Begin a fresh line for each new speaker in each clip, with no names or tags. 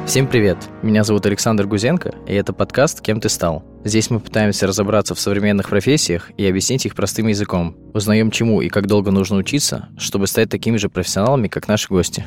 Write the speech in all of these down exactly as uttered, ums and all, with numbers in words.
Всем привет! Меня зовут Александр Гузенко, и это подкаст «Кем ты стал?». Здесь мы пытаемся разобраться в современных профессиях и объяснить их простым языком. Узнаем, чему и как долго нужно учиться, чтобы стать такими же профессионалами, как наши гости.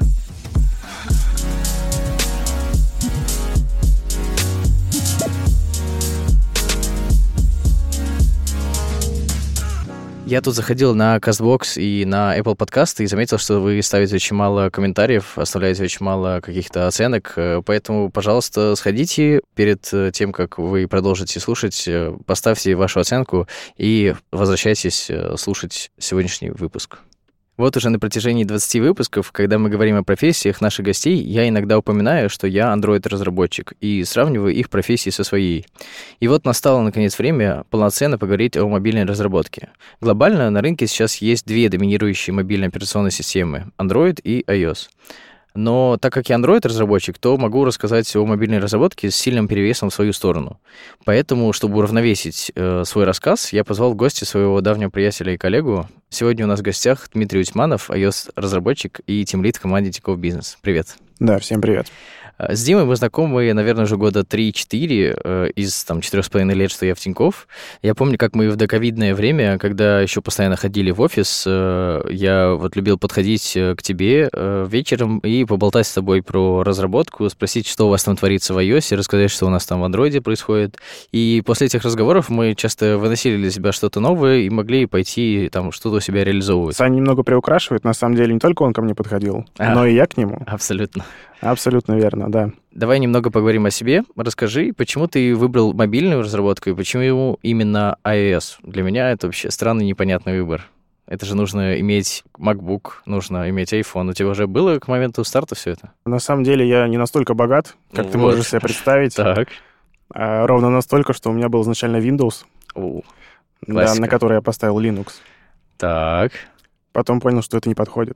Я тут заходил на CastBox и на Apple подкасты и заметил, что вы ставите очень мало комментариев, оставляете очень мало каких-то оценок, поэтому, пожалуйста, сходите перед тем, как вы продолжите слушать, поставьте вашу оценку и возвращайтесь слушать сегодняшний выпуск. Вот уже на протяжении двадцати выпусков, когда мы говорим о профессиях наших гостей, я иногда упоминаю, что я Android-разработчик, и сравниваю их профессии со своей. И вот настало, наконец, время полноценно поговорить о мобильной разработке. Глобально на рынке сейчас есть две доминирующие мобильные операционные системы – Android и iOS. Но так как я Android-разработчик, то могу рассказать о мобильной разработке с сильным перевесом в свою сторону. Поэтому, чтобы уравновесить э, свой рассказ, я позвал в гости своего давнего приятеля и коллегу. Сегодня у нас в гостях Дмитрий Утьманов, iOS-разработчик и тимлид в команде Тинькофф Бизнес. Привет.
Да, всем привет.
С Димой мы знакомы, наверное, уже года три-четыре э, из там, четырех с половиной лет, что я в Тинькофф. Я помню, как мы в доковидное время, когда еще постоянно ходили в офис, э, я вот любил подходить к тебе э, вечером и поболтать с тобой про разработку, спросить, что у вас там творится в iOS, рассказать, что у нас там в Android происходит. И после этих разговоров мы часто выносили для себя что-то новое и могли пойти там что-то у себя реализовывать.
Саня немного приукрашивает. На самом деле не только он ко мне подходил, а, но и я к нему.
Абсолютно.
Абсолютно верно, да.
Давай немного поговорим о себе. Расскажи, почему ты выбрал мобильную разработку и почему именно iOS? Для меня это вообще странный, непонятный выбор. Это же нужно иметь MacBook, нужно иметь iPhone. У тебя уже было к моменту старта все это?
На самом деле я не настолько богат, как вот. Ты можешь себе представить.
Так.
А, ровно настолько, что у меня был изначально Windows,
О,
да, на который я поставил Linux.
Так.
Потом понял, что это не подходит.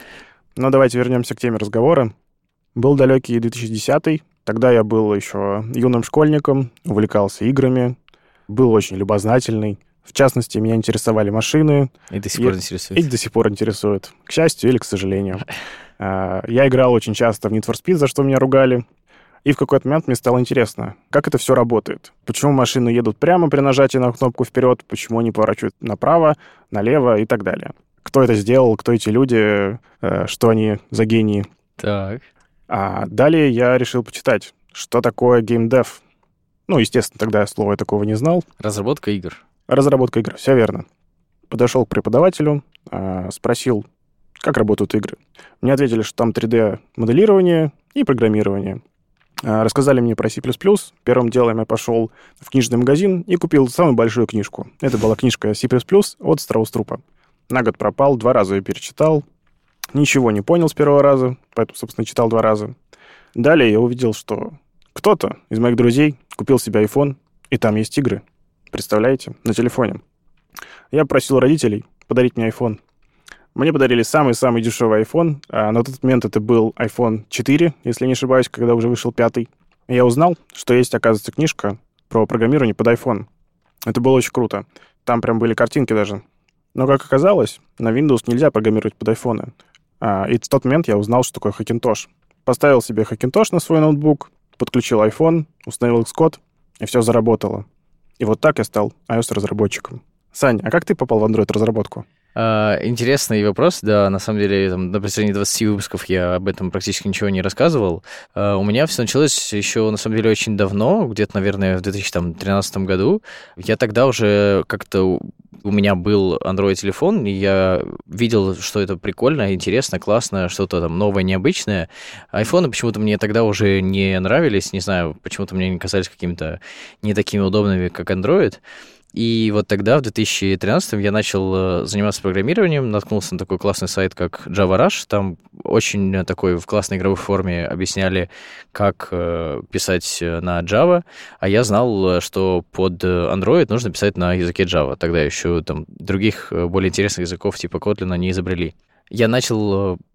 Но давайте вернемся к теме разговора. Был далекий две тысячи десятый. Тогда я был еще юным школьником, увлекался играми, был очень любознательный. В частности, меня интересовали машины.
И до сих пор интересует.
И до сих пор интересует. К счастью или к сожалению. Я играл очень часто в Need for Speed, за что меня ругали. И в какой-то момент мне стало интересно, как это все работает. Почему машины едут прямо при нажатии на кнопку вперед, почему они поворачивают направо, налево и так далее. Кто это сделал, кто эти люди, что они за гении.
Так.
А далее я решил почитать, что такое геймдев. Ну, естественно, тогда я слова такого не знал.
Разработка игр.
Разработка игр, все верно. Подошел к преподавателю, спросил, как работают игры. Мне ответили, что там три дэ-моделирование и программирование. Рассказали мне про си плюс плюс. Первым делом я пошел в книжный магазин и купил самую большую книжку. Это была книжка си плюс плюс от Страус-Трупа. На год пропал, два раза ее перечитал. Ничего не понял с первого раза, поэтому, собственно, читал два раза. Далее я увидел, что кто-то из моих друзей купил себе iPhone, и там есть игры. Представляете? На телефоне. Я просил родителей подарить мне iPhone. Мне подарили самый-самый дешевый iPhone. А на тот момент это был айфон четыре, если не ошибаюсь, когда уже вышел пятый. И я узнал, что есть, оказывается, книжка про программирование под iPhone. Это было очень круто. Там прям были картинки даже. Но, как оказалось, на Windows нельзя программировать под iPhone. И в тот момент я узнал, что такое Hackintosh. Поставил себе Hackintosh на свой ноутбук, подключил iPhone, установил Xcode, и все заработало. И вот так я стал iOS-разработчиком. Сань, а как ты попал в Android-разработку?
Интересный вопрос, да, на самом деле, там, на протяжении двадцати выпусков я об этом практически ничего не рассказывал. У меня все началось еще, на самом деле, очень давно, где-то, наверное, в две тысячи тринадцатом году. Я тогда уже как-то... У меня был Android-телефон, и я видел, что это прикольно, интересно, классно, что-то там новое, необычное. Айфоны почему-то мне тогда уже не нравились, не знаю, почему-то мне не казались какими-то не такими удобными, как Android. И вот тогда, в две тысячи тринадцатом, я начал заниматься программированием, наткнулся на такой классный сайт, как JavaRush. Там очень такой в классной игровой форме объясняли, как писать на Java. А я знал, что под Android нужно писать на языке Java. Тогда еще там других более интересных языков типа Kotlin не изобрели. Я начал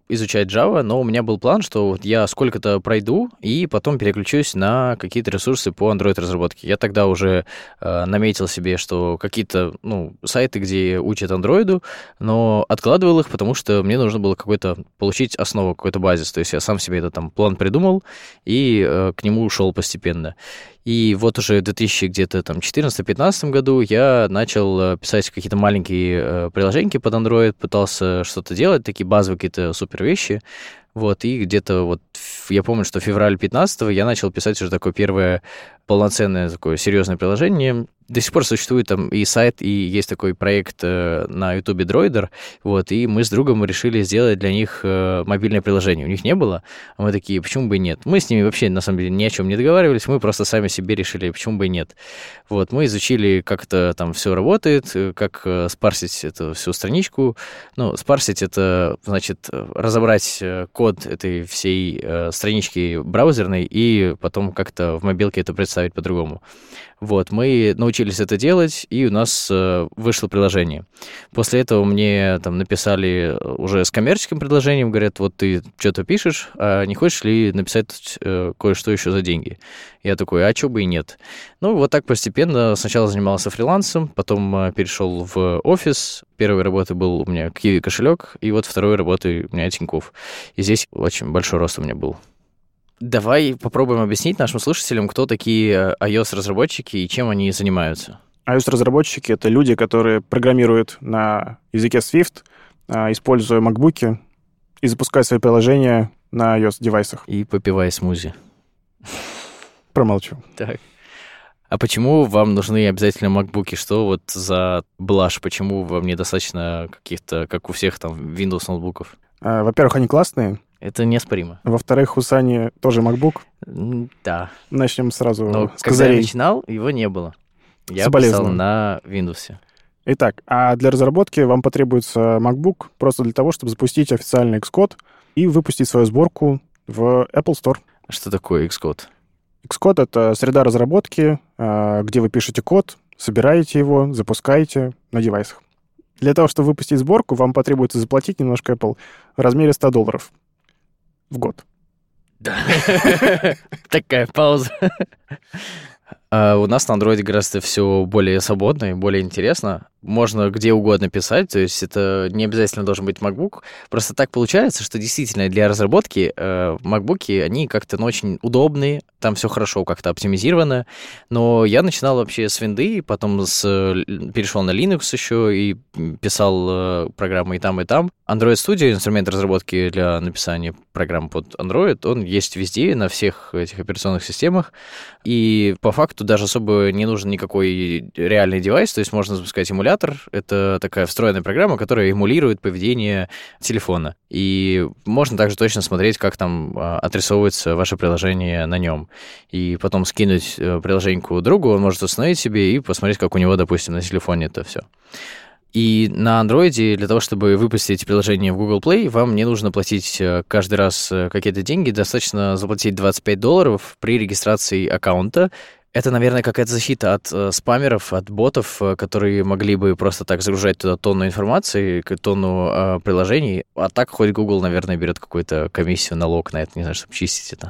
изучать Java, но у меня был план, что вот я сколько-то пройду и потом переключусь на какие-то ресурсы по Android-разработке. Я тогда уже э, наметил себе, что какие-то ну, сайты, где учат Android, но откладывал их, потому что мне нужно было какой-то получить основу, какой-то базис. То есть я сам себе этот там план придумал и э, к нему ушел постепенно. И вот уже в две тысячи четырнадцатом-пятнадцатом году я начал писать какие-то маленькие приложения под Android, пытался что-то делать, такие базовые какие-то супер вещи. Вот, и где-то вот я помню, что в феврале пятнадцатого я начал писать уже такое первое полноценное такое серьезное приложение. До сих пор существует там и сайт, и есть такой проект э, на Ютубе Droider, вот, и мы с другом решили сделать для них э, мобильное приложение. У них не было, а мы такие, почему бы и нет? Мы с ними вообще, на самом деле, ни о чем не договаривались, мы просто сами себе решили, почему бы и нет. Вот, мы изучили, как это там все работает, как э, спарсить эту всю страничку. Ну, спарсить — это, значит, разобрать код этой всей э, странички браузерной и потом как-то в мобилке это представить по-другому. Вот, мы научились это делать, и у нас э, вышло приложение. После этого мне там написали уже с коммерческим предложением, говорят, вот ты что-то пишешь, а не хочешь ли написать э, кое-что еще за деньги? Я такой, а чё бы и нет. Ну, вот так постепенно. Сначала занимался фрилансом, потом э, перешел в офис. Первой работой был у меня Kiwi кошелек, и вот второй работой у меня Тинькофф. И здесь очень большой рост у меня был. Давай попробуем объяснить нашим слушателям, кто такие iOS-разработчики и чем они занимаются.
iOS-разработчики — это люди, которые программируют на языке Swift, используя макбуки и запуская свои приложения на iOS-девайсах.
И попивая смузи.
Промолчу.
Так. А почему вам нужны обязательно макбуки? Что вот за блажь? Почему вам недостаточно каких-то, как у всех там, Windows ноутбуков?
Во-первых, они классные.
Это неоспоримо.
Во-вторых, у Сани тоже MacBook.
Да.
Начнем сразу
Но
с
когда
козырей.
я начинал, его не было. Я писал на Windows.
Итак, а для разработки вам потребуется MacBook просто для того, чтобы запустить официальный Xcode и выпустить свою сборку в Apple Store.
Что такое Xcode?
Xcode — это среда разработки, где вы пишете код, собираете его, запускаете на девайсах. Для того, чтобы выпустить сборку, вам потребуется заплатить немножко Apple в размере сто долларов в год.
Да. Такая пауза. А у нас на Android гораздо все более свободно и более интересно. Можно где угодно писать, то есть это не обязательно должен быть MacBook. Просто так получается, что действительно для разработки э, MacBook'и, они как-то ну, очень удобные, там все хорошо как-то оптимизировано. Но я начинал вообще с винды, потом с, перешел на Linux еще и писал э, программы и там, и там. Android Studio, инструмент разработки для написания программ под Android, он есть везде, на всех этих операционных системах. И по факту даже особо не нужен никакой реальный девайс, то есть можно запускать эмулятор. Это такая встроенная программа, которая эмулирует поведение телефона. И можно также точно смотреть, как там отрисовывается ваше приложение на нем. И потом скинуть приложеньку другу, он может установить себе и посмотреть, как у него, допустим, на телефоне это все. И на Android для того, чтобы выпустить эти приложения в Google Play, вам не нужно платить каждый раз какие-то деньги, достаточно заплатить двадцать пять долларов при регистрации аккаунта. Это, наверное, какая-то защита от э, спамеров, от ботов, э, которые могли бы просто так загружать туда тонну информации, тонну э, приложений. А так хоть Google, наверное, берет какую-то комиссию, налог на это, не знаю, чтобы чистить это.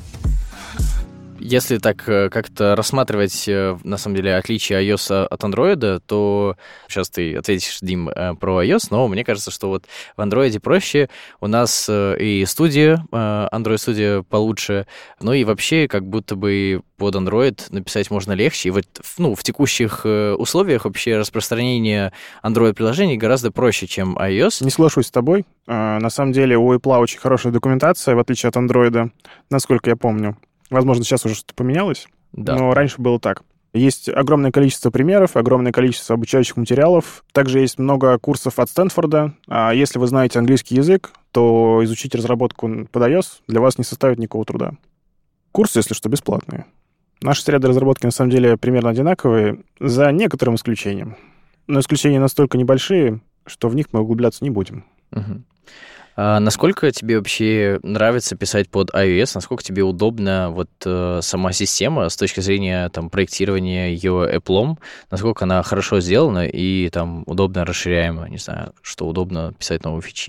Если так как-то рассматривать, на самом деле, отличие iOS от Android, то сейчас ты ответишь, Дим, про iOS, но мне кажется, что вот в Android проще, у нас и студия, Android Studio получше, ну и вообще как будто бы под Android написать можно легче. И вот ну, в текущих условиях вообще распространение Android-приложений гораздо проще, чем iOS.
Не соглашусь с тобой. На самом деле у Apple очень хорошая документация, в отличие от Android, насколько я помню. Возможно, сейчас уже что-то поменялось,
да.
Но раньше было так. Есть огромное количество примеров, огромное количество обучающих материалов. Также есть много курсов от Стэнфорда. А если вы знаете английский язык, то изучить разработку под iOS для вас не составит никакого труда. Курсы, если что, бесплатные. Наши среды разработки, на самом деле, примерно одинаковые, за некоторым исключением. Но исключения настолько небольшие, что в них мы углубляться не будем.
Угу. А насколько тебе вообще нравится писать под iOS? Насколько тебе удобна вот э, сама система с точки зрения там, проектирования ее Apple? Насколько она хорошо сделана и там удобно расширяема? Не знаю, что удобно писать новые фичи?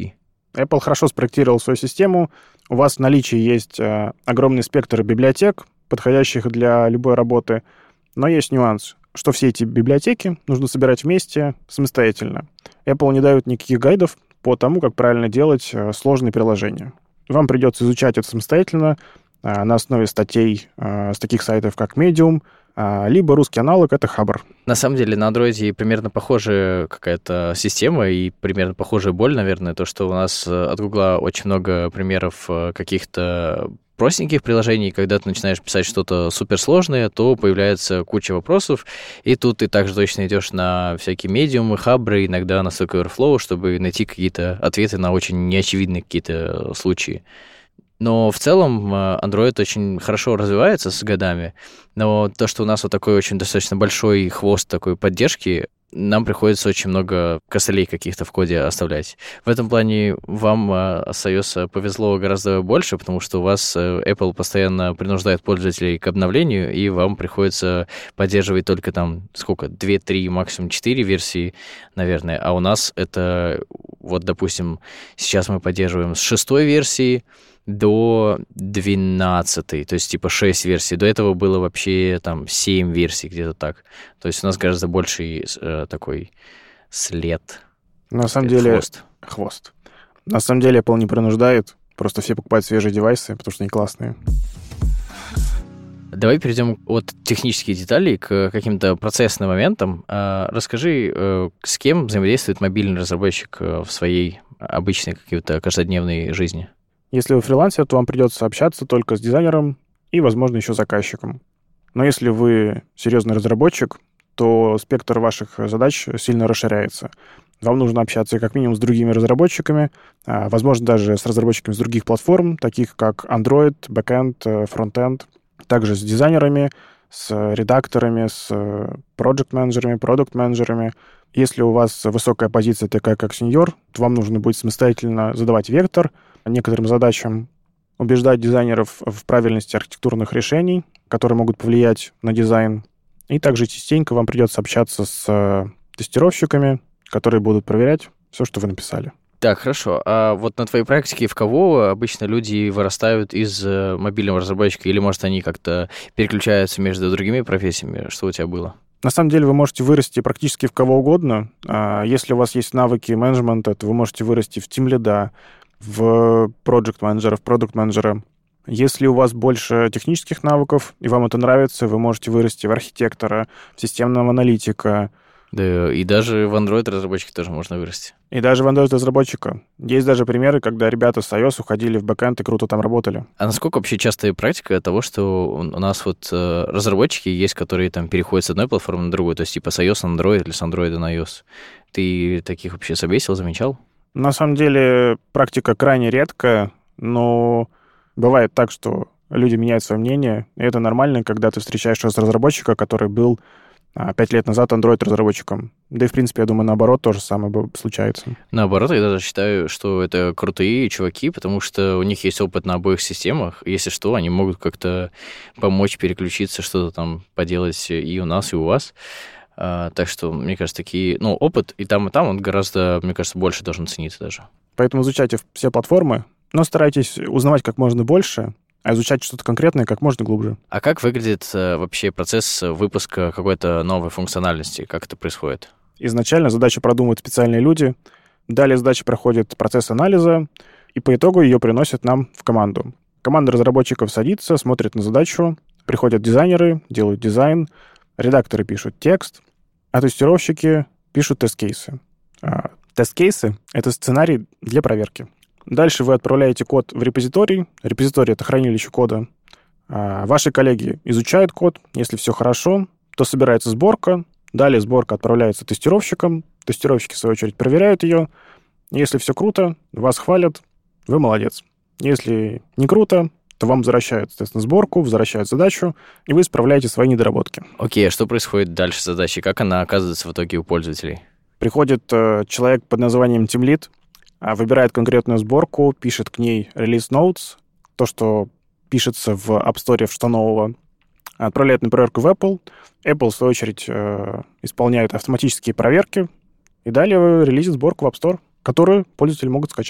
Apple хорошо спроектировал свою систему. У вас в наличии есть э, огромный спектр библиотек, подходящих для любой работы. Но есть нюанс, что все эти библиотеки нужно собирать вместе самостоятельно. Apple не дает никаких гайдов по тому, как правильно делать э, сложные приложения. Вам придется изучать это самостоятельно э, на основе статей э, с таких сайтов, как Medium, либо русский аналог — это Хабр.
На самом деле на Android примерно похожая какая-то система и примерно похожая боль, наверное, то, что у нас от Гугла очень много примеров каких-то простеньких приложений. Когда ты начинаешь писать что-то суперсложное, то появляется куча вопросов, и тут ты также точно идешь на всякие медиумы, хабры, иногда на Stack Overflow, чтобы найти какие-то ответы на очень неочевидные какие-то случаи. Но в целом Android очень хорошо развивается с годами, но то, что у нас вот такой очень достаточно большой хвост такой поддержки, нам приходится очень много костылей каких-то в коде оставлять. В этом плане вам с iOS повезло гораздо больше, потому что у вас Apple постоянно принуждает пользователей к обновлению, и вам приходится поддерживать только там, сколько, две-три, максимум четыре версии, наверное. А у нас это, вот, допустим, сейчас мы поддерживаем с шестой версии до двенадцатой, то есть типа шесть версий. До этого было вообще там семь версий, где-то так. То есть у нас гораздо больший э, такой след.
На самом деле...
Хвост.
Хвост. На самом деле Apple не принуждает, просто все покупают свежие девайсы, потому что они классные.
Давай перейдем от технических деталей к каким-то процессным моментам. Расскажи, с кем взаимодействует мобильный разработчик в своей обычной какой-то каждодневной жизни?
Если вы фрилансер, то вам придется общаться только с дизайнером и, возможно, еще заказчиком. Но если вы серьезный разработчик, то спектр ваших задач сильно расширяется. Вам нужно общаться как минимум с другими разработчиками, возможно, даже с разработчиками с других платформ, таких как Android, Backend, Frontend, также с дизайнерами, с редакторами, с project-менеджерами, продукт-менеджерами. Если у вас высокая позиция, такая как сеньор, то вам нужно будет самостоятельно задавать вектор некоторым задачам, убеждать дизайнеров в правильности архитектурных решений, которые могут повлиять на дизайн. И также частенько вам придется общаться с тестировщиками, которые будут проверять все, что вы написали.
Так, хорошо. А вот на твоей практике в кого обычно люди вырастают из мобильного разработчика? Или, может, они как-то переключаются между другими профессиями? Что у тебя было?
На самом деле вы можете вырасти практически в кого угодно. Если у вас есть навыки менеджмента, то вы можете вырасти в тимлида, в проект-менеджера, в продукт-менеджера. Если у вас больше технических навыков, и вам это нравится, вы можете вырасти в архитектора, в системного аналитика.
Да, и даже в Android-разработчике тоже можно вырасти.
И даже в Android-разработчика. Есть даже примеры, когда ребята с iOS уходили в бэкэнд и круто там работали.
А насколько вообще частая практика того, что у нас вот э, разработчики есть, которые там переходят с одной платформы на другую, то есть типа с iOS на Android или с Android на iOS? Ты таких вообще собесил, замечал?
На самом деле практика крайне редкая, но бывает так, что люди меняют свое мнение, и это нормально, когда ты встречаешь разработчика, который был пять лет назад Android-разработчиком. Да и, в принципе, я думаю, наоборот, то же самое случается.
Наоборот, я даже считаю, что это крутые чуваки, потому что у них есть опыт на обоих системах. Если что, они могут как-то помочь переключиться, что-то там поделать и у нас, и у вас. А, так что, мне кажется, такие... Ну, опыт и там, и там, он гораздо, мне кажется, больше должен цениться даже.
Поэтому изучайте все платформы, но старайтесь узнавать как можно больше, а изучать что-то конкретное как можно глубже.
А как выглядит э, вообще процесс выпуска какой-то новой функциональности? Как это происходит?
Изначально задачу продумывают специальные люди, далее задача проходит процесс анализа, и по итогу ее приносят нам в команду. Команда разработчиков садится, смотрит на задачу, приходят дизайнеры, делают дизайн, редакторы пишут текст, а тестировщики пишут тест-кейсы. А, тест-кейсы — это сценарий для проверки. Дальше вы отправляете код в репозиторий. Репозиторий — это хранилище кода. А ваши коллеги изучают код. Если все хорошо, то собирается сборка. Далее сборка отправляется тестировщикам. Тестировщики, в свою очередь, проверяют ее. Если все круто, вас хвалят, вы молодец. Если не круто, то вам возвращают, соответственно, сборку, возвращают задачу, и вы исправляете свои недоработки.
Окей, а что происходит дальше с задачей? Как она оказывается в итоге у пользователей?
Приходит э, человек под названием тимлид, выбирает конкретную сборку, пишет к ней release notes, то, что пишется в App Store в что нового, отправляет на проверку в Apple. Apple, в свою очередь, э, исполняет автоматические проверки, и далее релизит сборку в App Store, которую пользователи могут скачать.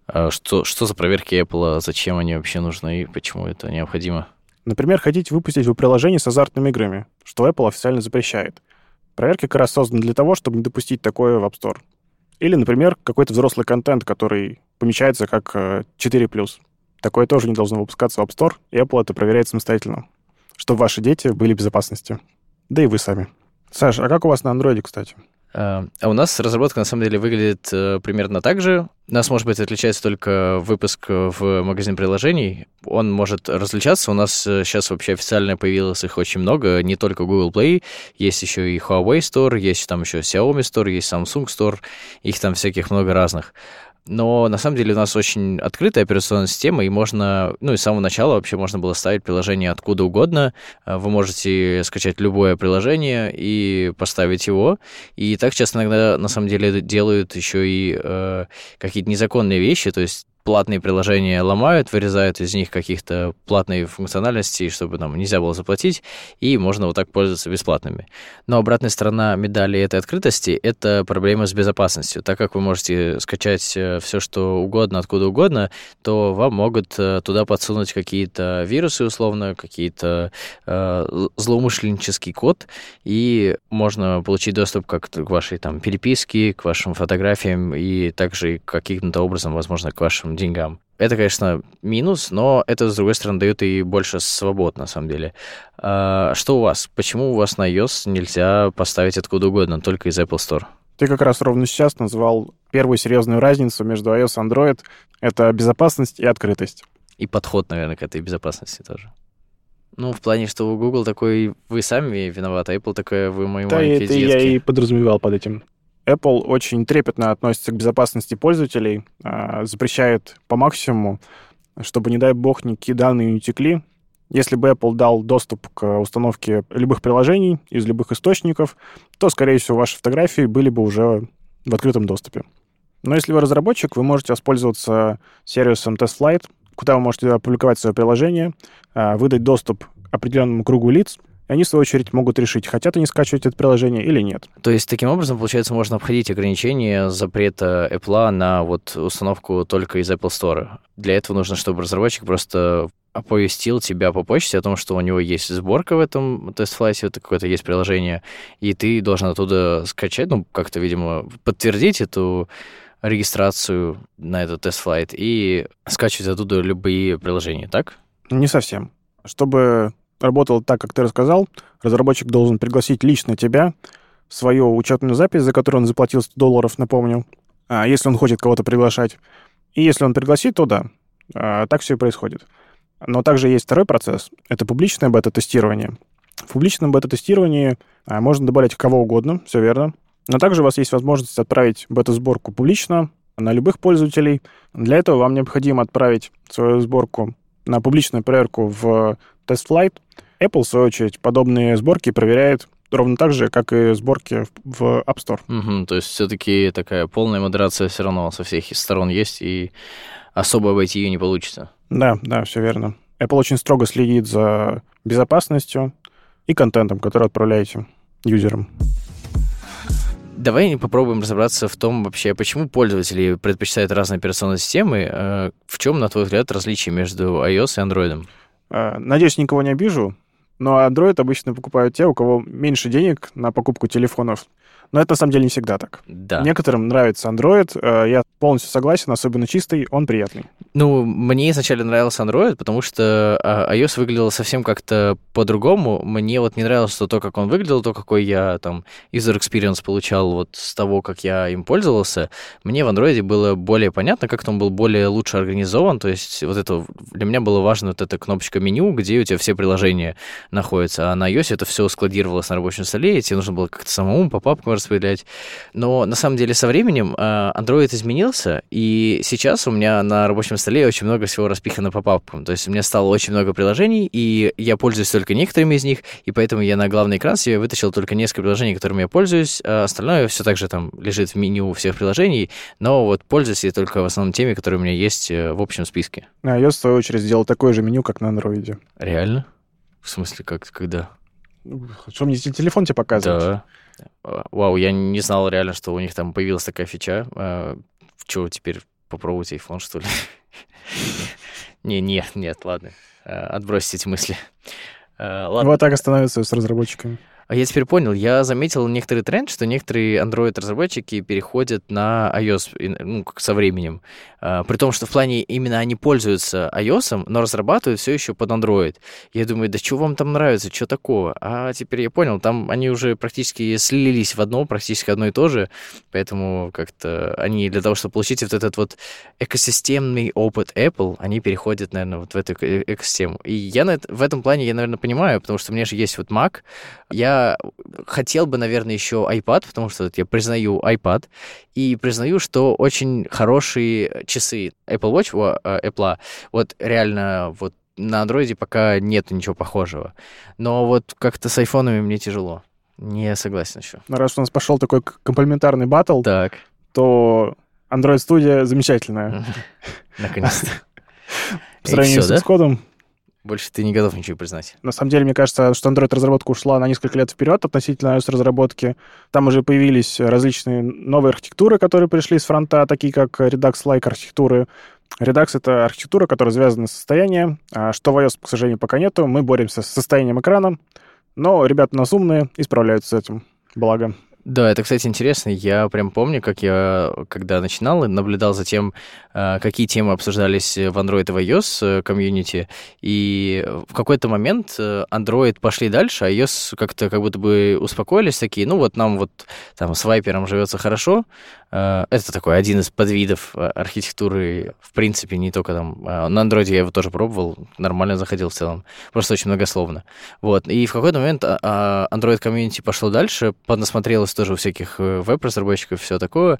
Что, что за проверки Apple, зачем они вообще нужны и почему это необходимо?
Например, хотите выпустить вы приложение с азартными играми, что Apple официально запрещает. Проверки как раз созданы для того, чтобы не допустить такое в App Store. Или, например, какой-то взрослый контент, который помечается как четыре плюс. Такое тоже не должно выпускаться в App Store, и Apple это проверяет самостоятельно, чтобы ваши дети были в безопасности. Да и вы сами. Саша, а как у вас на Android, кстати?
А у нас разработка, на самом деле, выглядит э, примерно так же. У нас, может быть, отличается только выпуск в магазин приложений. Он может различаться. У нас сейчас вообще официально появилось их очень много. Не только Google Play, есть еще и Huawei Store, есть там еще Xiaomi Store, есть Samsung Store. Их там всяких много разных. Но на самом деле у нас очень открытая операционная система, и можно, ну и с самого начала вообще можно было ставить приложение откуда угодно. Вы можете скачать любое приложение и поставить его. И так часто иногда на самом деле делают еще и э, какие-то незаконные вещи, то есть платные приложения ломают, вырезают из них каких-то платные функциональности, чтобы там нельзя было заплатить, и можно вот так пользоваться бесплатными. Но обратная сторона медали этой открытости — это проблема с безопасностью. Так как вы можете скачать все, что угодно, откуда угодно, то вам могут туда подсунуть какие-то вирусы, условно, какие-то э, злоумышленнический код, и можно получить доступ как к вашей там переписке, к вашим фотографиям, и также каким-то образом, возможно, к вашим деньгам. Это, конечно, минус, но это, с другой стороны, дает и больше свобод, на самом деле. А что у вас? Почему у вас на iOS нельзя поставить откуда угодно, только из Apple Store?
Ты как раз ровно сейчас назвал первую серьезную разницу между iOS и Android. Это безопасность и открытость.
И подход, наверное, к этой безопасности тоже. Ну, в плане, что у Google такой, вы сами виноваты, а Apple такая, вы мои
да,
маленькие
это
детки.
Я и подразумевал под этим. Apple очень трепетно относится к безопасности пользователей, запрещает по максимуму, чтобы, не дай бог, никакие данные не утекли. Если бы Apple дал доступ к установке любых приложений из любых источников, то, скорее всего, ваши фотографии были бы уже в открытом доступе. Но если вы разработчик, вы можете воспользоваться сервисом TestFlight, куда вы можете опубликовать свое приложение, выдать доступ к определенному кругу лиц, и они, в свою очередь, могут решить, хотят они скачивать это приложение или нет.
То есть, таким образом, получается, можно обходить ограничения запрета Apple на вот установку только из Apple Store. Для этого нужно, чтобы разработчик просто оповестил тебя по почте о том, что у него есть сборка в этом TestFlight, это какое-то есть приложение, и ты должен оттуда скачать, ну, как-то, видимо, подтвердить эту регистрацию на этот TestFlight и скачивать оттуда любые приложения, так?
Не совсем. Чтобы работало так, как ты рассказал, разработчик должен пригласить лично тебя в свою учетную запись, за которую он заплатил сто долларов, напомню, если он хочет кого-то приглашать. И если он пригласит, то да, так все и происходит. Но также есть второй процесс. Это публичное бета-тестирование. В публичном бета-тестировании можно добавлять кого угодно, все верно. Но также у вас есть возможность отправить бета-сборку публично на любых пользователей. Для этого вам необходимо отправить свою сборку на публичную проверку в TestFlight. Apple, в свою очередь, подобные сборки проверяет ровно так же, как и сборки в App Store.
Угу, то есть все-таки такая полная модерация все равно со всех сторон есть, и особо обойти ее не получится.
Да, да, все верно. Apple очень строго следит за безопасностью и контентом, который отправляете юзерам.
Давай попробуем разобраться в том вообще, почему пользователи предпочитают разные операционные системы. В чем, на твой взгляд, различие между iOS и Android?
Надеюсь, никого не обижу, но Android обычно покупают те, у кого меньше денег на покупку телефонов. Но это, на самом деле, не всегда так.
Да.
Некоторым нравится Android, я полностью согласен, особенно чистый, он приятный.
Ну, мне изначально нравился Android, потому что iOS выглядел совсем как-то по-другому. Мне вот не нравилось то, то, как он выглядел, то, какой я там user experience получал вот с того, как я им пользовался. Мне в Android было более понятно, как-то он был более лучше организован, то есть вот это для меня было важно, вот эта кнопочка меню, где у тебя все приложения находятся, а на iOS это все складировалось на рабочем столе, и тебе нужно было как-то самому по папкам распределять. Но на самом деле со временем Android изменился, и сейчас у меня на рабочем столе очень много всего распихано по папкам. То есть у меня стало очень много приложений, и я пользуюсь только некоторыми из них, и поэтому я на главный экран себе вытащил только несколько приложений, которыми я пользуюсь, а остальное все так же там лежит в меню всех приложений, но вот пользуюсь я только в основном теми, которые у меня есть в общем списке.
А iOS, в свою очередь, сделал такое же меню, как на Android.
Реально? В смысле, как, когда?
Что, мне телефон тебе показывать?
Да. Вау, я не знал реально, что у них там появилась такая фича. Что теперь попробовать iPhone, что ли. Не, нет, нет, ладно. Отбросьте эти мысли.
Вот так и становится с разработчиками.
А я теперь понял, я заметил некоторый тренд, что некоторые Android-разработчики переходят на iOS, ну, как со временем. А, при том, что в плане именно они пользуются iOS, но разрабатывают все еще под Android. Я думаю, да что вам там нравится, что такого? А теперь я понял, там они уже практически слились в одно, практически одно и то же, поэтому как-то они для того, чтобы получить вот этот вот экосистемный опыт Apple, они переходят, наверное, вот в эту экосистему. И я на это, в этом плане, я, наверное, понимаю, потому что у меня же есть вот Mac, я хотел бы, наверное, еще iPad, потому что вот я признаю iPad, и признаю, что очень хорошие часы Apple Watch, о, Apple, вот реально вот на Android пока нет ничего похожего. Но вот как-то с айфонами мне тяжело. Не согласен еще.
Раз у нас пошел такой комплементарный баттл,
так.
то Android Studio замечательная.
Наконец-то.
По сравнению с Xcode.
Больше ты не готов ничего признать.
На самом деле, мне кажется, что Android-разработка ушла на несколько лет вперед относительно iOS-разработки. Там уже появились различные новые архитектуры, которые пришли с фронта, такие как Redux-like архитектуры. Redux — это архитектура, которая связана с состоянием, что в iOS, к сожалению, пока нету. Мы боремся с состоянием экрана, но ребята у нас умные и справляются с этим. Благо.
Да, это, кстати, интересно. Я прям помню, как я, когда начинал, наблюдал за тем, какие темы обсуждались в Android и в iOS комьюнити, и в какой-то момент Android пошли дальше, а iOS как-то как будто бы успокоились, такие, ну вот нам вот там с вайпером живется хорошо. Это такой один из подвидов архитектуры, в принципе, не только там... На Android я его тоже пробовал, нормально заходил в целом, просто очень многословно. Вот, и в какой-то момент Android комьюнити пошло дальше, поднасмотрелось тоже у всяких веб-разработчиков и все такое,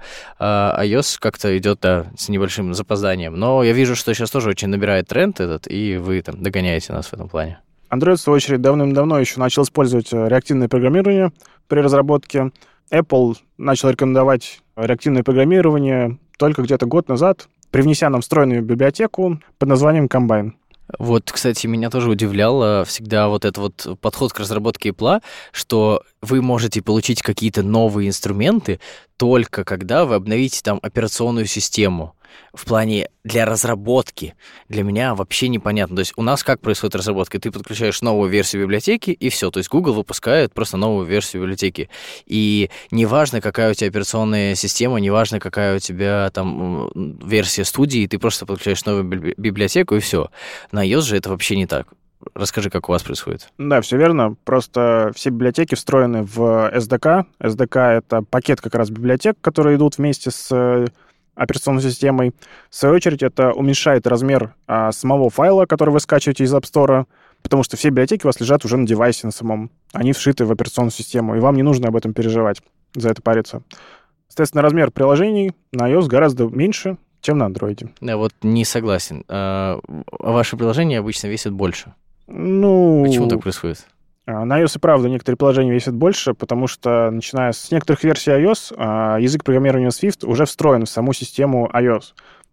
а iOS как-то идет, да, с небольшим запозданием. Но я вижу, что сейчас тоже очень набирает тренд этот, и вы там догоняете нас в этом плане.
Android, в свою очередь, давным-давно еще начал использовать реактивное программирование при разработке. Apple начал рекомендовать реактивное программирование только где-то год назад, привнеся нам встроенную библиотеку под названием Combine.
Вот, кстати, меня тоже удивляло всегда вот этот вот подход к разработке Apple, что вы можете получить какие-то новые инструменты только когда вы обновите там операционную систему. В плане для разработки для меня вообще непонятно. То есть у нас как происходит разработка? Ты подключаешь новую версию библиотеки, и все. То есть Google выпускает просто новую версию библиотеки. И неважно, какая у тебя операционная система, неважно, какая у тебя там версия студии, ты просто подключаешь новую библиотеку, и все. На iOS же это вообще не так. Расскажи, как у вас происходит.
Да, все верно. Просто все библиотеки встроены в эс ди кей. эс ди кей — это пакет как раз библиотек, которые идут вместе с операционной системой. В свою очередь, это уменьшает размер а, самого файла, который вы скачиваете из App Store, потому что все библиотеки у вас лежат уже на девайсе на самом. Они вшиты в операционную систему, и вам не нужно об этом переживать, за это париться. Соответственно, размер приложений на iOS гораздо меньше, чем на Android.
Да, вот не согласен. А ваши приложения обычно весят больше.
Ну...
Почему так происходит?
На iOS и правда некоторые приложения весят больше, потому что, начиная с некоторых версий iOS, язык программирования Swift уже встроен в саму систему iOS.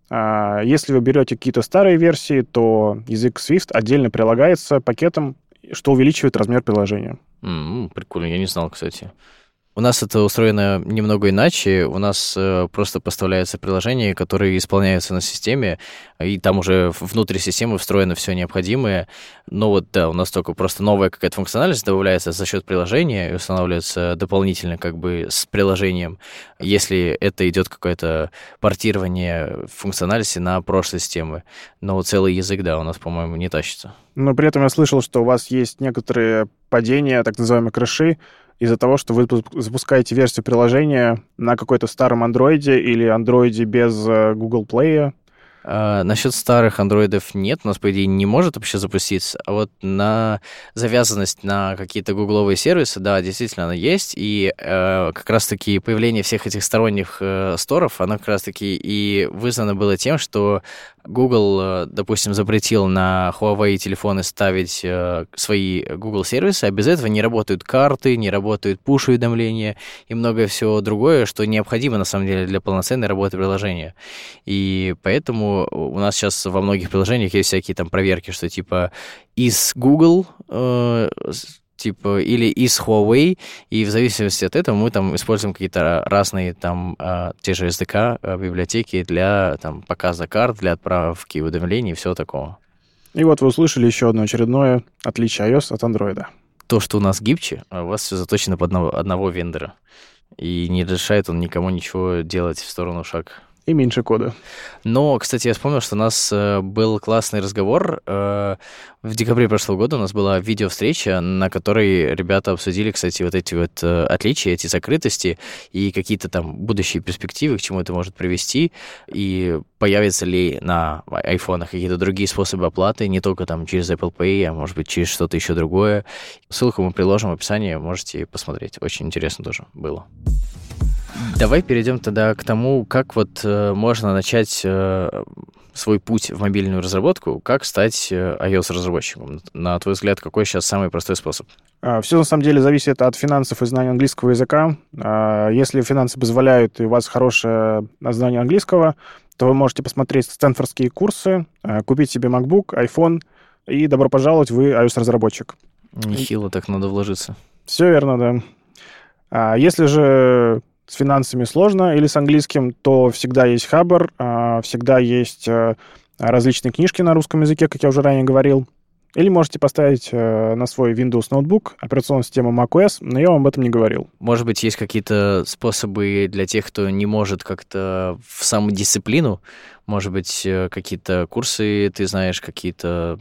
Если вы берете какие-то старые версии, то язык Swift отдельно прилагается пакетом, что увеличивает размер приложения.
Mm, прикольно, я не знал, кстати. У нас это устроено немного иначе. У нас э, просто поставляются приложения, которые исполняются на системе, и там уже внутри системы встроено все необходимое. Но вот, да, у нас только просто новая какая-то функциональность добавляется за счет приложения и устанавливается дополнительно как бы с приложением, если это идет какое-то портирование функциональности на прошлые системы. Но целый язык, да, у нас, по-моему, не тащится.
Но при этом я слышал, что у вас есть некоторые падения, так называемые краши, из-за того, что вы запускаете версию приложения на какой-то старом андроиде или андроиде без Google Play.
А, насчет старых андроидов нет, у нас, по идее, не может вообще запуститься, а вот на завязанность на какие-то гугловые сервисы, да, действительно, она есть, и э, как раз-таки появление всех этих сторонних э, сторов, оно как раз-таки и вызвано было тем, что Google, допустим, запретил на Huawei телефоны ставить э, свои Google сервисы, а без этого не работают карты, не работают пуш-уведомления и многое всего другое, что необходимо, на самом деле, для полноценной работы приложения. И поэтому у нас сейчас во многих приложениях есть всякие там проверки, что типа из Google э, типа, или из Huawei, и в зависимости от этого мы там используем какие-то разные там а, те же эс ди кей, а, библиотеки для там показа карт, для отправки уведомлений и всего такого.
И вот вы услышали еще одно очередное отличие iOS от Android.
То, что у нас гибче, а у вас все заточено под одного, одного вендора. И не разрешает он никому ничего делать в сторону шаг.
И меньше кода.
Но, кстати, я вспомнил, что у нас э, был классный разговор. Э, в декабре прошлого года у нас была видеовстреча, на которой ребята обсудили, кстати, вот эти вот э, отличия, эти закрытости и какие-то там будущие перспективы, к чему это может привести, и появятся ли на айфонах какие-то другие способы оплаты, не только там через Apple Pay, а может быть через что-то еще другое. Ссылку мы приложим в описании, можете посмотреть. Очень интересно тоже было. Давай перейдем тогда к тому, как вот э, можно начать э, свой путь в мобильную разработку, как стать э, iOS-разработчиком. На твой взгляд, какой сейчас самый простой способ?
Все на самом деле зависит от финансов и знания английского языка. Если финансы позволяют, и у вас хорошее знание английского, то вы можете посмотреть стэнфордские курсы, купить себе MacBook, iPhone, и добро пожаловать, вы iOS-разработчик.
Нехило так надо вложиться.
Все верно, да. А если же с финансами сложно или с английским, то всегда есть Хабр, всегда есть различные книжки на русском языке, как я уже ранее говорил. Или можете поставить на свой Windows ноутбук операционную систему macOS, но я вам об этом не говорил.
Может быть, есть какие-то способы для тех, кто не может как-то в самодисциплину? Может быть, какие-то курсы, ты знаешь, какие-то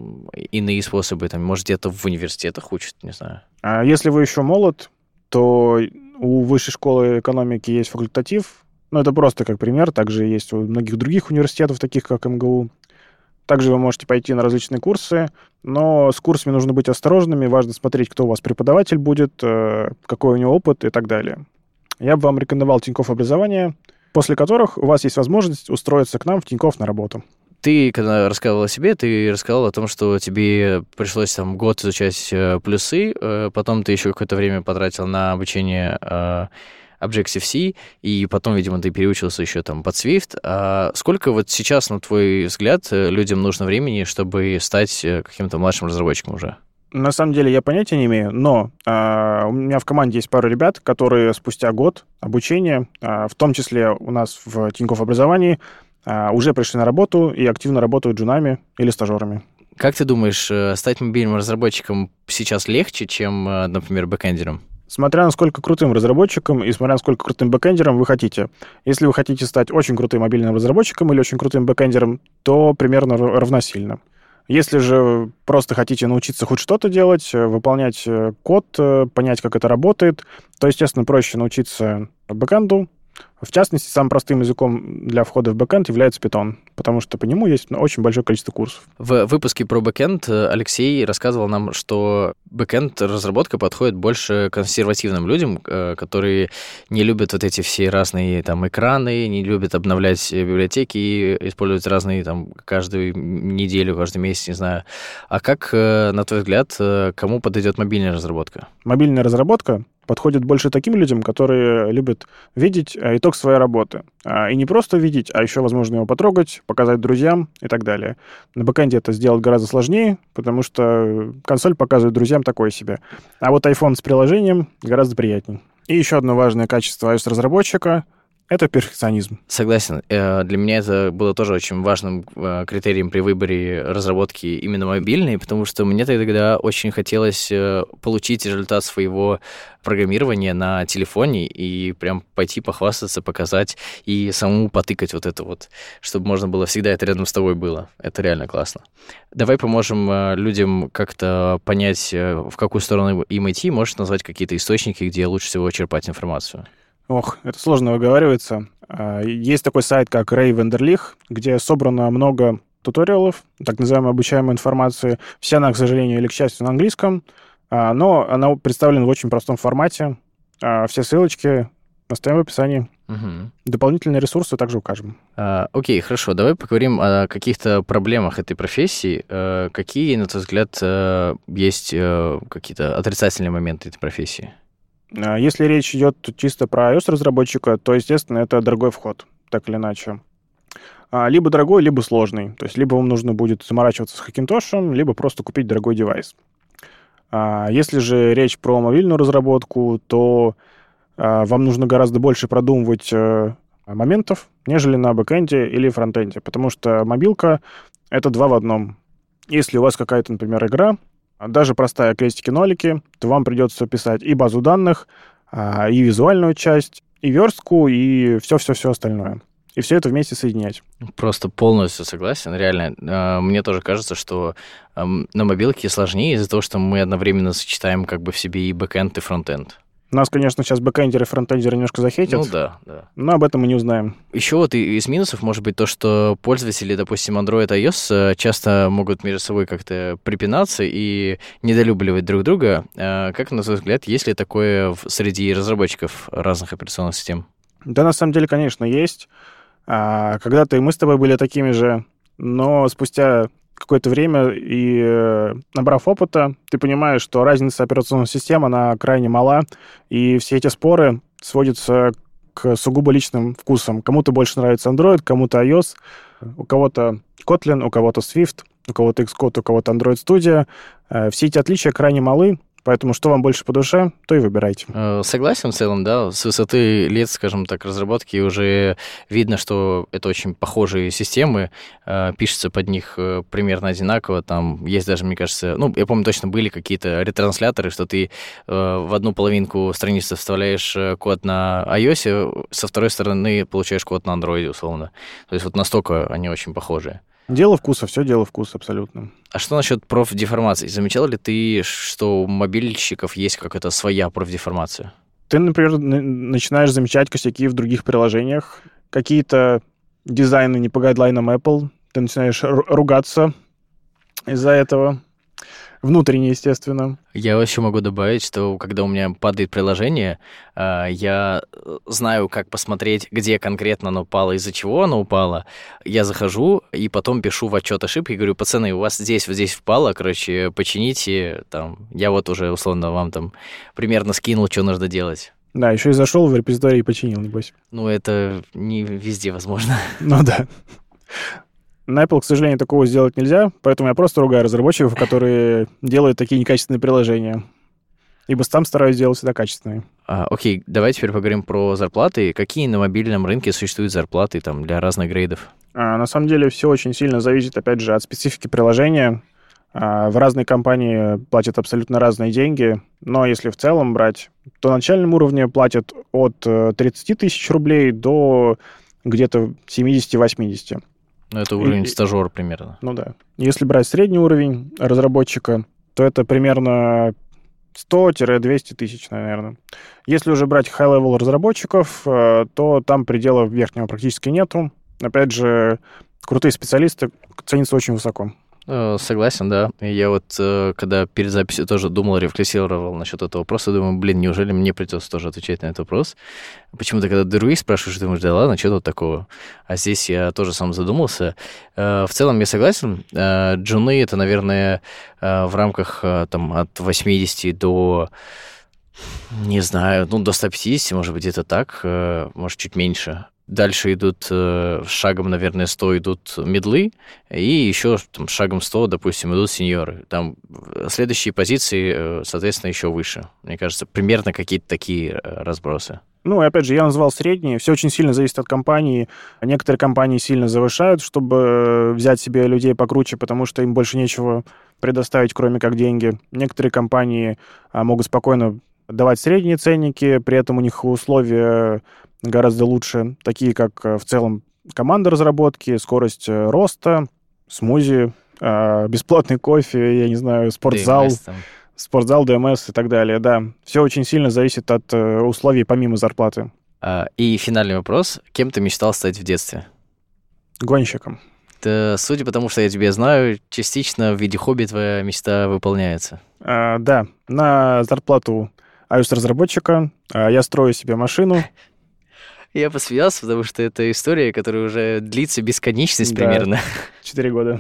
иные способы? Там, может, где-то в университетах учат, не знаю.
А если вы еще молод, то у Высшей школы экономики есть факультатив. Ну, это просто как пример. Также есть у многих других университетов, таких как эм гэ у. Также вы можете пойти на различные курсы, но с курсами нужно быть осторожными. Важно смотреть, кто у вас преподаватель будет, какой у него опыт и так далее. Я бы вам рекомендовал Тинькофф образование, после которых у вас есть возможность устроиться к нам в Тинькофф на работу.
Ты, когда рассказывал о себе, ты рассказал о том, что тебе пришлось там год изучать плюсы, потом ты еще какое-то время потратил на обучение Objective-C, и потом, видимо, ты переучился еще там под Swift. А сколько вот сейчас, на твой взгляд, людям нужно времени, чтобы стать каким-то младшим разработчиком уже?
На самом деле я понятия не имею, но э, у меня в команде есть пара ребят, которые спустя год обучения, э, в том числе у нас в Тинькофф образовании, уже пришли на работу и активно работают джунами или стажерами.
Как ты думаешь, стать мобильным разработчиком сейчас легче, чем, например, бэкэндером?
Смотря насколько крутым разработчиком и смотря насколько крутым бэкэндером вы хотите. Если вы хотите стать очень крутым мобильным разработчиком или очень крутым бэкэндером, то примерно равносильно. Если же просто хотите научиться хоть что-то делать, выполнять код, понять, как это работает, то, естественно, проще научиться бэкэнду. В частности, самым простым языком для входа в бэкэнд является Python, потому что по нему есть очень большое количество курсов.
В выпуске про бэкэнд Алексей рассказывал нам, что бэкэнд-разработка подходит больше консервативным людям, которые не любят вот эти все разные там экраны, не любят обновлять библиотеки и использовать разные там каждую неделю, каждый месяц, не знаю. А как, на твой взгляд, кому подойдет мобильная разработка?
Мобильная разработка подходит больше таким людям, которые любят видеть итог своей работы. И не просто видеть, а еще, возможно, его потрогать, показать друзьям и так далее. На бэкэнде это сделать гораздо сложнее, потому что консоль показывает друзьям такое себе. А вот iPhone с приложением гораздо приятнее. И еще одно важное качество iOS-разработчика — это перфекционизм.
Согласен. Для меня это было тоже очень важным критерием при выборе разработки именно мобильной, потому что мне тогда очень хотелось получить результат своего программирования на телефоне и прям пойти похвастаться, показать и самому потыкать вот это вот, чтобы можно было всегда это рядом с тобой было. Это реально классно. Давай поможем людям как-то понять, в какую сторону им идти. Можешь назвать какие-то источники, где лучше всего черпать информацию?
Ох, это сложно выговаривается. Есть такой сайт, как Рэй Вандерлих, где собрано много туториалов, так называемой обучаемой информации. Вся она, к сожалению или к счастью, на английском, но она представлена в очень простом формате. Все ссылочки оставим в описании. Угу. Дополнительные ресурсы также укажем.
А, окей, хорошо. Давай поговорим о каких-то проблемах этой профессии. А, какие, на твой взгляд, есть какие-то отрицательные моменты этой профессии?
Если речь идет чисто про iOS-разработчика, то, естественно, это дорогой вход, так или иначе. Либо дорогой, либо сложный. То есть либо вам нужно будет заморачиваться с Хакинтошем, либо просто купить дорогой девайс. А если же речь про мобильную разработку, то а, вам нужно гораздо больше продумывать а, моментов, нежели на бэкэнде или фронтенде, потому что мобилка — это два в одном. Если у вас какая-то, например, игра, даже простая крестики-нолики, то вам придется писать и базу данных, а, и визуальную часть, и верстку, и все-все-все остальное. И все это вместе соединять.
Просто полностью согласен. Реально, мне тоже кажется, что на мобилке сложнее из-за того, что мы одновременно сочетаем как бы в себе и бэкэнд, и фронтенд.
Нас, конечно, сейчас бэкэндеры и фронтендеры немножко захейтят.
Ну да, да.
Но об этом мы не узнаем.
Еще вот из минусов может быть то, что пользователи, допустим, Android и iOS часто могут между собой как-то припинаться и недолюбливать друг друга. Как, на твой взгляд, есть ли такое среди разработчиков разных операционных систем?
Да, на самом деле, конечно, есть. Когда-то и мы с тобой были такими же, но спустя какое-то время и набрав опыта, ты понимаешь, что разница операционных систем, она крайне мала, и все эти споры сводятся к сугубо личным вкусам. Кому-то больше нравится Android, кому-то iOS, у кого-то Kotlin, у кого-то Swift, у кого-то Xcode, у кого-то Android Studio. Все эти отличия крайне малы, поэтому что вам больше по душе, то и выбирайте.
Согласен в целом, да. С высоты лет, скажем так, разработки уже видно, что это очень похожие системы. Пишется под них примерно одинаково. Там есть даже, мне кажется... Ну, я помню, точно были какие-то ретрансляторы, что ты в одну половинку страницы вставляешь код на iOS, со второй стороны получаешь код на Android, условно. То есть вот настолько они очень похожи.
Дело вкуса, все дело вкуса, абсолютно.
А что насчет профдеформации? Замечал ли ты, что у мобильщиков есть какая-то своя профдеформация?
Ты, например, начинаешь замечать косяки в других приложениях, какие-то дизайны не по гайдлайнам Apple, ты начинаешь ругаться из-за этого. Внутренне, естественно.
Я вообще могу добавить, что когда у меня падает приложение, я знаю, как посмотреть, где конкретно оно упало, из-за чего оно упало. Я захожу и потом пишу в отчет ошибки и говорю: пацаны, у вас здесь, вот здесь впало, короче, почините. Там, я вот уже, условно, вам там примерно скинул, что нужно делать.
Да, еще и зашел в репозиторий и починил, небось.
Ну, это не везде возможно.
Ну да. На Apple, к сожалению, такого сделать нельзя, поэтому я просто ругаю разработчиков, которые делают такие некачественные приложения. Ибо сам стараюсь делать всегда качественные.
А, окей, давай теперь поговорим про зарплаты. Какие на мобильном рынке существуют зарплаты там, для разных грейдов?
А, на самом деле все очень сильно зависит, опять же, от специфики приложения. А, в разные компании платят абсолютно разные деньги, но если в целом брать, то на начальном уровне платят от тридцать тысяч рублей до где-то семьдесят-восемьдесят.
Ну, это уровень
И,
стажера примерно.
Ну да. Если брать средний уровень разработчика, то это примерно сто-двести тысяч, наверное. Если уже брать high-level разработчиков, то там предела верхнего практически нету. Опять же, крутые специалисты ценятся очень высоко.
Согласен, да. Я вот, когда перед записью тоже думал, рефлексировал насчет этого вопроса, думаю, блин, неужели мне придется тоже отвечать на этот вопрос? Почему-то, когда других спрашиваешь, думаешь, да ладно, что тут такого? А здесь я тоже сам задумался. В целом я согласен. Джуны — это, наверное, в рамках там, от восьмидесяти до, не знаю, ну, до ста пятидесяти, может быть, где-то так, может, чуть меньше. Дальше идут э, шагом, наверное, сто идут медлы, и еще там, шагом сто, допустим, идут сеньоры. Там следующие позиции, э, соответственно, еще выше. Мне кажется, примерно какие-то такие э, разбросы.
Ну, и опять же, я назвал средние. Все очень сильно зависит от компании. Некоторые компании сильно завышают, чтобы взять себе людей покруче, потому что им больше нечего предоставить, кроме как деньги. Некоторые компании а, могут спокойно давать средние ценники, при этом у них условия гораздо лучше, такие как в целом команда разработки, скорость роста, смузи, бесплатный кофе, я не знаю, спортзал, ди эм эс, спортзал, ди эм эс и так далее. Да, все очень сильно зависит от условий помимо зарплаты.
И финальный вопрос. Кем ты мечтал стать в детстве?
Гонщиком.
Да, судя по тому, что я тебя знаю, частично в виде хобби твоя мечта выполняется.
А, да, на зарплату iOS-разработчика я строю себе машину.
Я посмеялся, потому что это история, которая уже длится бесконечность да, примерно.
Четыре года.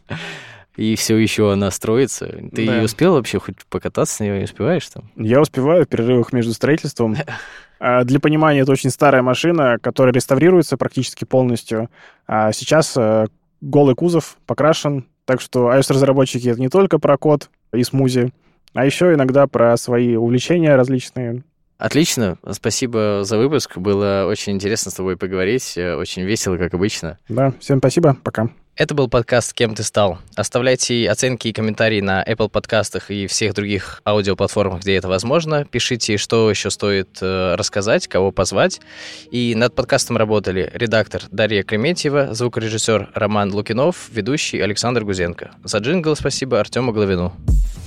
И все еще она строится. Ты да. успел вообще хоть покататься с ней, не успеваешь там?
Я успеваю в перерывах между строительством. Для понимания, это очень старая машина, которая реставрируется практически полностью. А сейчас голый кузов покрашен, так что iOS-разработчики — это не только про код и смузи, А еще иногда про свои увлечения различные.
Отлично, спасибо за выпуск. Было очень интересно с тобой поговорить, очень весело, как обычно.
Да, всем спасибо, пока.
Это был подкаст «Кем ты стал?». Оставляйте оценки и комментарии на Apple подкастах и всех других аудиоплатформах, где это возможно. Пишите, что еще стоит э, рассказать, кого позвать. И над подкастом работали редактор Дарья Клементьева, звукорежиссер Роман Лукинов, ведущий Александр Гузенко. За джингл спасибо Артему Головину.